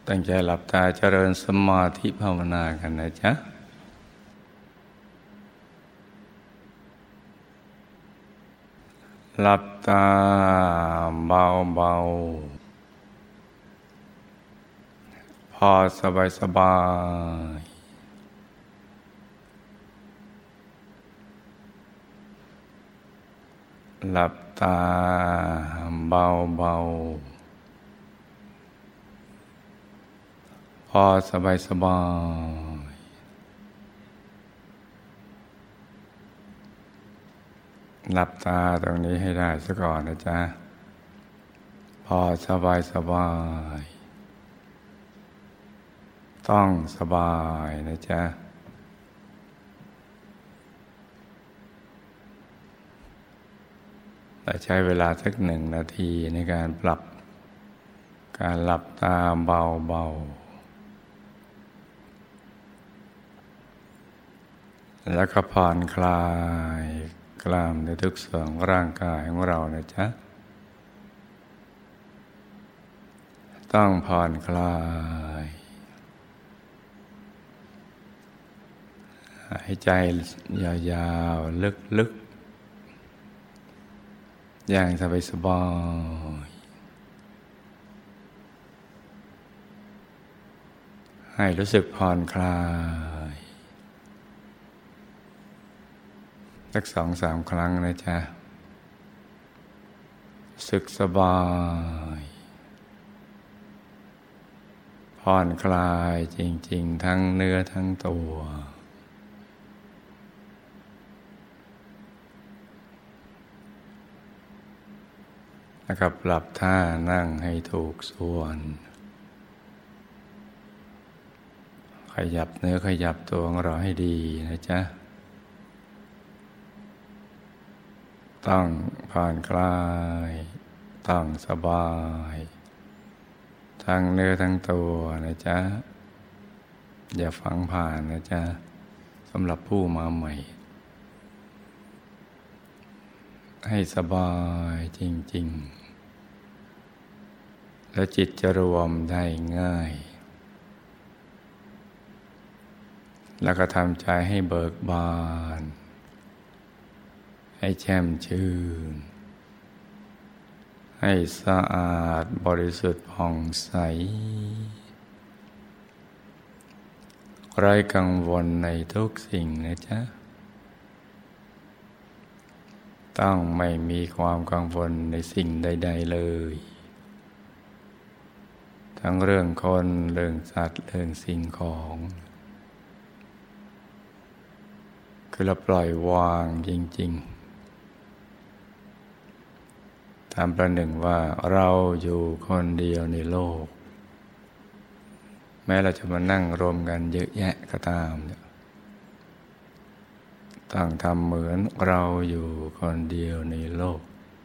ตั้งใจหลับตาเจริญสมาธิภาวนากันนะจ๊ะหลับตาเบาๆพอสบายหลับตาเบาๆพอสบายหลับตาตรงนี้ให้ได้ซะก่อนนะจ๊ะพอสบายต้องสบายนะจ๊ะแต่ใช้เวลาสัก1 นาทีในการปรับการหลับตาเบาๆแล้วก็ผ่อนคลายกล้ามในทุกส่วนของร่างกายของเรานะจ๊ะต้องผ่อนคลายหายใจยาวๆลึกๆอย่างสบายๆให้รู้สึกผ่อนคลายสัก2-3 ครั้งนะจ๊ะสึกสบายผ่อนคลายจริงๆทั้งเนื้อทั้งตัวแล้วก็ปรับท่านั่งให้ถูกส่วนขยับเนื้อขยับตัวของเราให้ดีนะจ๊ะต้องผ่อนคลายต้องสบายทั้งเนื้อทั้งตัวนะจ๊ะอย่าฝังผ่านนะจ๊ะสำหรับผู้มาใหม่ให้สบายจริงๆแล้วจิตจะรวมได้ง่ายแล้วก็ทำใจให้เบิกบานให้แช่มชื่นให้สะอาดบริสุทธิ์ผ่องใสไร้กังวลในทุกสิ่งนะจ๊ะต้องไม่มีความกังวลในสิ่งใดๆเลยทั้งเรื่องคนเรื่องสัตว์เรื่องสิ่งของคือเราปล่อยวางจริงๆทำประหนึ่งว่าเราอยู่คนเดียวในโลกแม้เราจะมานั่งรวมกันเยอะแยะก็ตามต้องทำเหมือนเราอยู่คนเดียวในโลก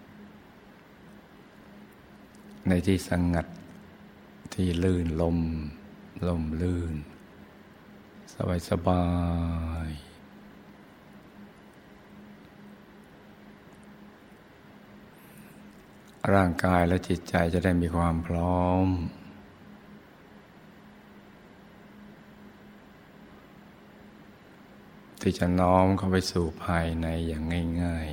ในที่สงัดที่ลื่นลมลื่นสบายร่างกายและจิตใจจะได้มีความพร้อมที่จะน้อมเข้าไปสู่ภายในอย่างง่าย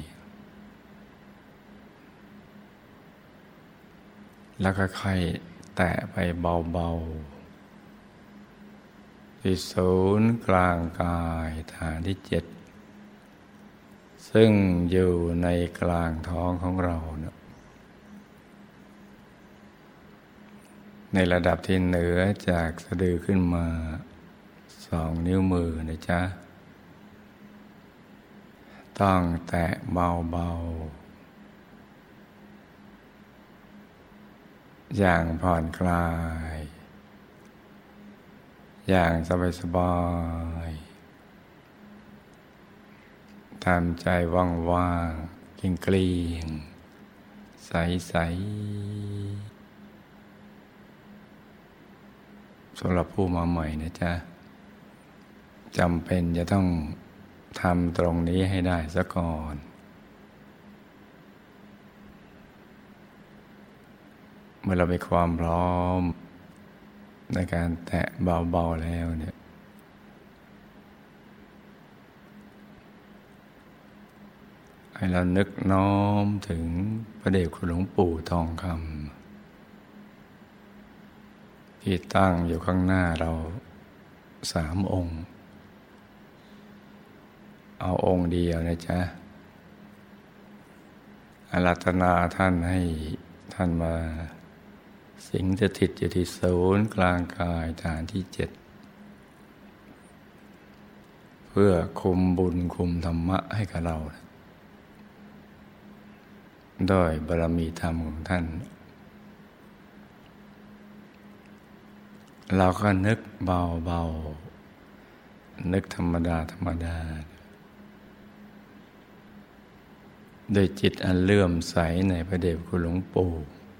ๆแล้วค่อยๆแตะไปเบาๆที่ศูนย์กลางกายฐานที่ 7ซึ่งอยู่ในกลางท้องของเรานะในระดับที่เหนือจากสะดือขึ้นมา2 นิ้วมือนะจ๊ะต้องแตะเบาๆอย่างผ่อนคลายอย่างสบายๆทำใจว่างๆเกลี้ยงๆใสๆสำหรับผู้มาใหม่นะจ๊ะจำเป็นจะต้องทำตรงนี้ให้ได้ซะก่อนเมื่อเรามีความพร้อมในการแตะเบาๆแล้วเนี่ยให้เรานึกน้อมถึงพระเดชคุณหลวงปู่ทองคำที่ตั้งอยู่ข้างหน้าเรา3 องค์เอาองค์เดียวนะจ๊ะอาราธนาท่านให้ท่านมาสิงสถิตอยู่ที่ศูนย์กลางกายฐานที่ 7เพื่อคุมบุญคุมธรรมะให้กับเราด้วยบารมีธรรมของท่านเราก็นึกเบาๆนึกธรรมดาโดยจิตอันเลื่อมใสในพระเดชคุณหลวงปู่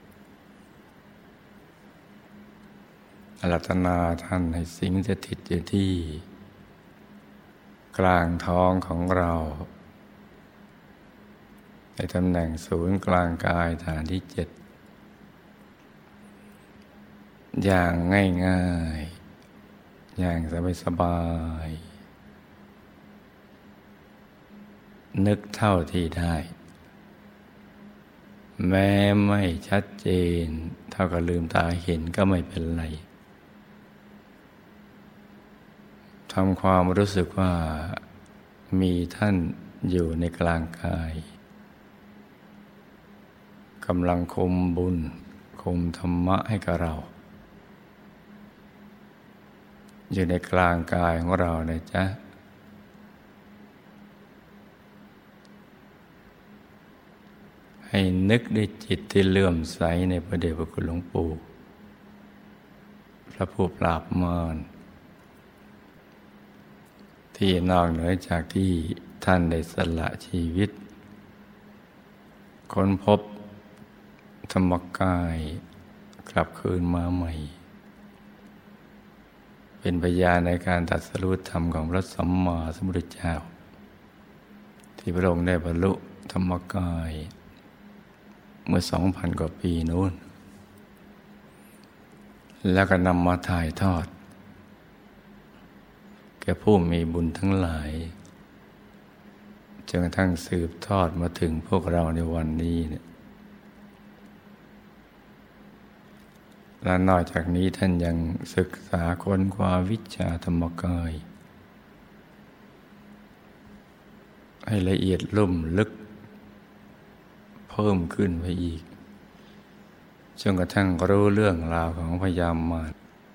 อาราธนาท่านให้สิงสถิตอยู่ที่กลางท้องของเราในตำแหน่งศูนย์กลางกายฐานที่ 7อย่างง่ายๆอย่างสบายๆนึกเท่าที่ได้แม้ไม่ชัดเจนเท่ากับลืมตาเห็นก็ไม่เป็นไรทำความรู้สึกว่ามีท่านอยู่ในกลางกายกำลังคุมบุญคุมธรรมะให้กับเราอยู่ในกลางกายของเรานะจ๊ะให้นึกด้วยจิตที่เลื่อมใสในพระเดชพระคุณหลวงปู่พระผู้ปราบมารที่นอกเหนือจากที่ท่านได้สละชีวิตค้นพบธรรมกายกลับคืนมาใหม่เป็นพยานในการตรัสรู้ธรรมของพระสัมมาสัมพุทธเจ้าที่พระองค์ได้บรรลุธรรมกายเมื่อ 2,000 กว่าปีนู้นแล้วก็นำมาถ่ายทอดแก่ผู้มีบุญทั้งหลายจนกระทั่งสืบทอดมาถึงพวกเราในวันนี้เนี่ยและนอกจากนี้ท่านยังศึกษาค้นคว้าวิชาธรรมกายให้ละเอียดลุ่มลึกเพิ่มขึ้นไปอีกจนกระทั่งรู้เรื่องราวของพญามาร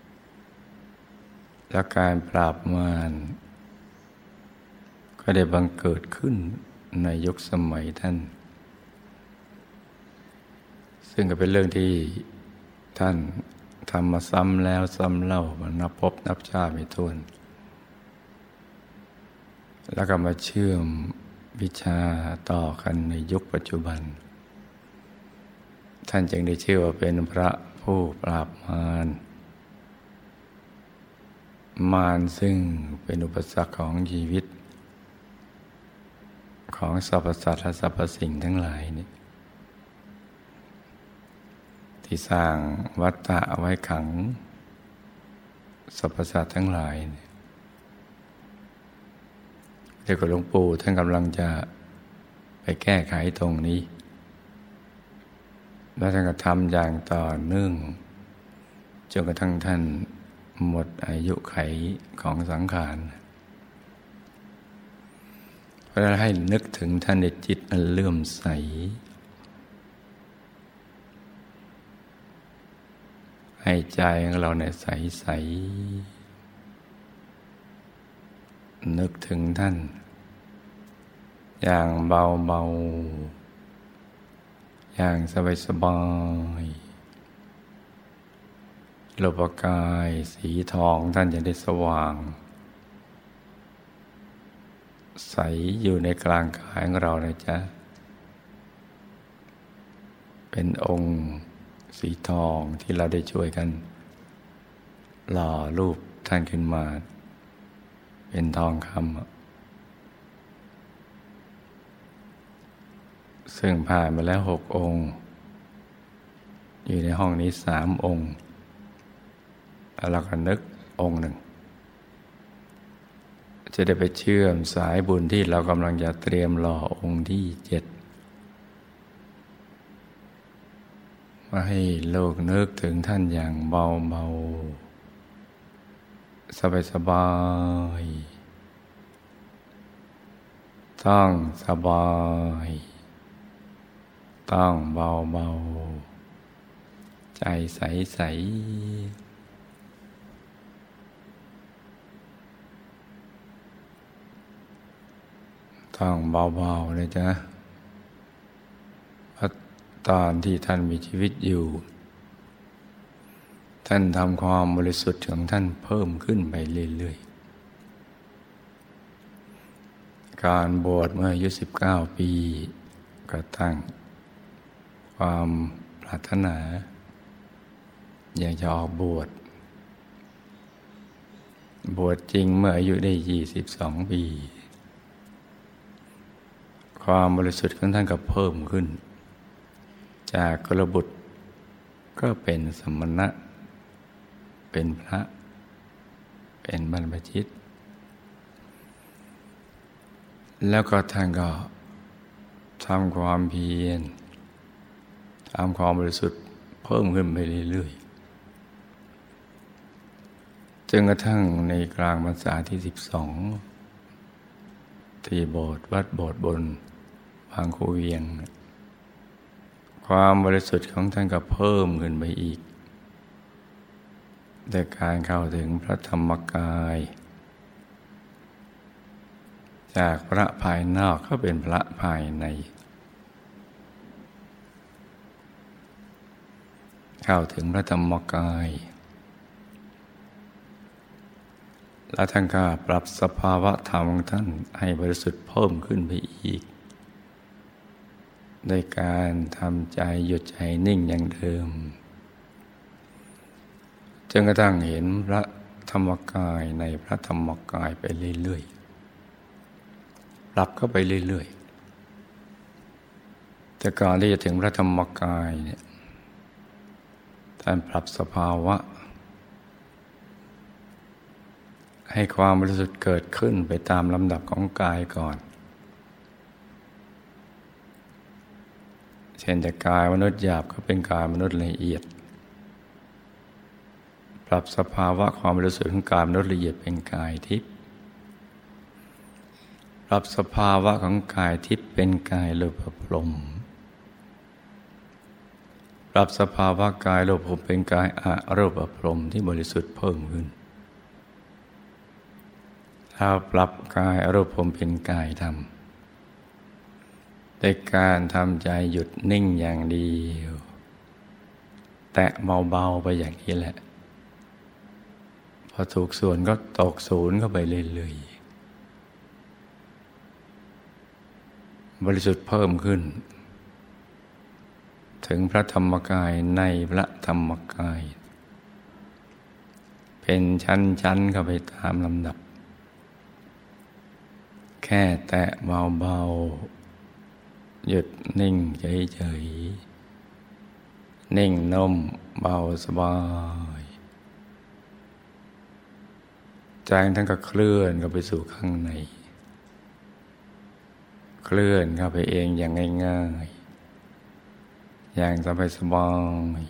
และการปราบมารก็ได้บังเกิดขึ้นในยุคสมัยท่านซึ่งก็เป็นเรื่องที่ท่านทำมาซ้ำแล้วซ้ำเล่ามานับพบนับชาติไม่ถ้วนแล้วก็มาเชื่อมวิชาต่อกันในยุคปัจจุบันท่านจึงได้ชื่อว่าเป็นพระผู้ปราบมารซึ่งเป็นอุปสรรคของชีวิตของสรรพสัตว์และสรรพสิ่งทั้งหลายนี่ที่สร้างวัฏฏะเอาไว้ขังสรรพสัตว์ทั้งหลายนี่เจ้าหลวงปู่ท่านกำลังจะไปแก้ไขตรงนี้และท่านก็ทำอย่างต่อเนื่องจนกระทั่งท่านหมดอายุไขของสังขารเพราะฉะนั้นให้นึกถึงท่านในจิตอันเลื่อมใสให้ใจของเราเนี่ยใสๆนึกถึงท่านอย่างเบาๆอย่างสบายๆโลกกายสีทองท่านจะได้สว่างใสอยู่ในกลางกายของเรานะจ๊ะเป็นองค์สีทองที่เราได้ช่วยกันหล่อรูปท่านขึ้นมาเป็นทองคำซึ่งผ่านมาแล้ว6 องค์อยู่ในห้องนี้3 องค์แล้วก็นึกองค์หนึ่งจะได้ไปเชื่อมสายบุญที่เรากำลังจะเตรียมรอองค์ที่7มาให้โลกนึกถึงท่านอย่างเบาๆสบายๆต้องสบายต้องเบาๆใจใสๆต้องเบาๆเลยจ้ะเพราะตอนที่ท่านมีชีวิตอยู่ท่านทำความบริสุทธิ์ของท่านเพิ่มขึ้นไปเรื่อยๆการบวชเมื่ออายุ19 ปีก็ตั้งความปรารถนาอยากจะออกบวชจริงเมื่ออายุได้22 ปีความบริสุทธิ์ของท่านก็เพิ่มขึ้นจากกุลบุตรก็เป็นสมณะเป็นพระเป็นบรรพชิตแล้วก็ท่านก็ทำความเพียรทำความบริสุทธิ์เพิ่มขึ้นไปเรื่อยๆจนกระทั่งในกลางพรรษาที่12ที่โบสถ์วัดโบสถ์บนบางคูเวียงความบริสุทธิ์ของท่านก็เพิ่มขึ้นไปอีกโดยการเข้าถึงพระธรรมกายจากพระภายนอกก็เป็นพระภายในเข้าถึงพระธรรมกายและท่านก็ปรับสภาวะธรรมของท่านให้บริสุทธิ์เพิ่มขึ้นไปอีกโดยการทำใจหยุดใจนิ่งอย่างเดิมจนกระทั่งเห็นพระธรรมกายในพระธรรมกายไปเรื่อยๆปรับเข้าไปเรื่อยๆแต่ก่อนที่จะถึงพระธรรมกายเนี่ยท่านปรับสภาวะให้ความบริสุทธิ์เกิดขึ้นไปตามลำดับของกายก่อนเช่นแต่กายมนุษย์หยาบก็เป็นกายมนุษย์ละเอียดปรับสภาวะความบริสุทธิ์ของกายมนุษย์ละเอียดเป็นกายทิพย์ปรับสภาวะของกายทิพย์เป็นกายโลภพรหมปรับสภาวะกายโลภพรหมเป็นกายอรูปพรหมที่บริสุทธิ์เพิ่มขึ้นถ้าปรับกายอรูปพรหมเป็นกายธรรมในการทำใจหยุดนิ่งอย่างเดียวแตะเบาๆไปอย่างนี้แหละพอถูกส่วนก็ตกศูนย์เข้าไปเรื่อยๆบริสุทธิ์เพิ่มขึ้นถึงพระธรรมกายในพระธรรมกายเป็นชั้นๆเข้าไปตามลำดับแค่แตะเบาๆหยุดนิ่งเฉยๆนิ่งนุ่มเบาสบายใจท่านก็เคลื่อนเข้าไปสู่ข้างในเคลื่อนเข้าไปเองอย่างง่ายๆอย่างสบาย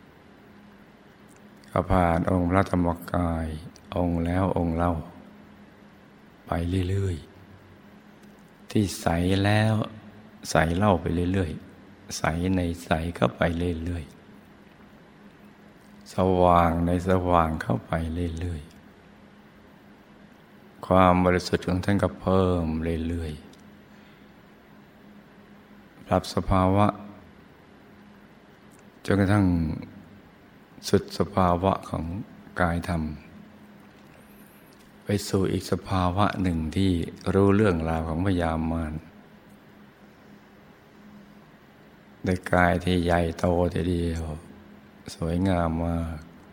ๆก็ผ่านองค์พระธรรมกายองค์แล้วองค์เล่าไปเรื่อยๆที่ใสแล้วใสเล่าไปเรื่อยๆใสในใสเข้าไปเรื่อยๆสว่างในสว่างเข้าไปเรื่อยๆความบริสุทธิ์ของท่านก็เพิ่มเรื่อยๆปรับสภาวะจนกระทั่งสุดสภาวะของกายธรรมไปสู่อีกสภาวะหนึ่งที่รู้เรื่องราวของพญามารในกายที่ใหญ่โตทีเดียวสวยงามมาก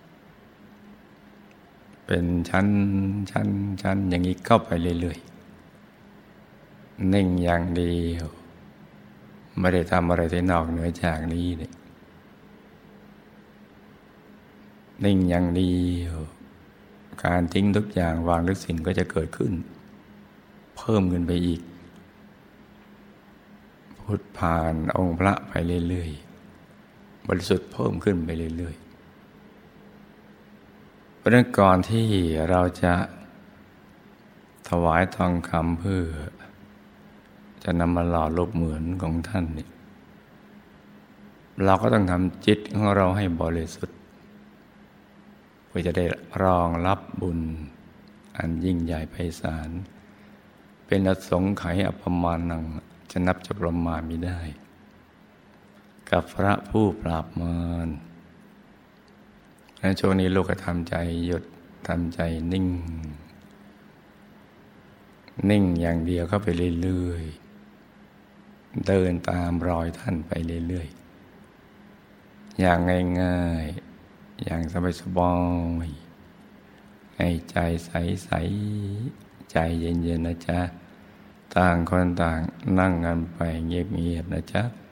เป็นชั้นอย่างนี้เข้าไปเรื่อยๆนิ่งอย่างเดียวไม่ได้ทำอะไรที่นอกเหนือจากนี้เนี่ยนิ่งอย่างเดียวการทิ้งทุกอย่างวางทุกสิ่งก็จะเกิดขึ้นเพิ่มขึ้นไปอีกพุทธผ่านองค์พระไปเรื่อยๆบริสุทธิ์เพิ่มขึ้นไปเรื่อยๆเพราะนั้นก่อนที่เราจะถวายทองคำเพื่อจะนำมาหล่อรูปเหมือนของท่านเนี่ยเราก็ต้องทำจิตของเราให้บริสุทธิ์เพื่อจะได้รองรับบุญอันยิ่งใหญ่ไพศาลเป็นอสงไขยอภมานังจะนับจะประมาณไม่ได้กับพระผู้ปราบมารในช่วงนี้ลูกก็ทำใจหยุดทำใจนิ่งอย่างเดียวเข้าไปเรื่อยๆเดินตามรอยท่านไปเรื่อยๆอย่างง่ายๆอย่างสบายๆให้ใจใสๆใจเย็นๆนะจ๊ะต่างคนต่างนั่งกันไปเงียบๆนะจ๊ะ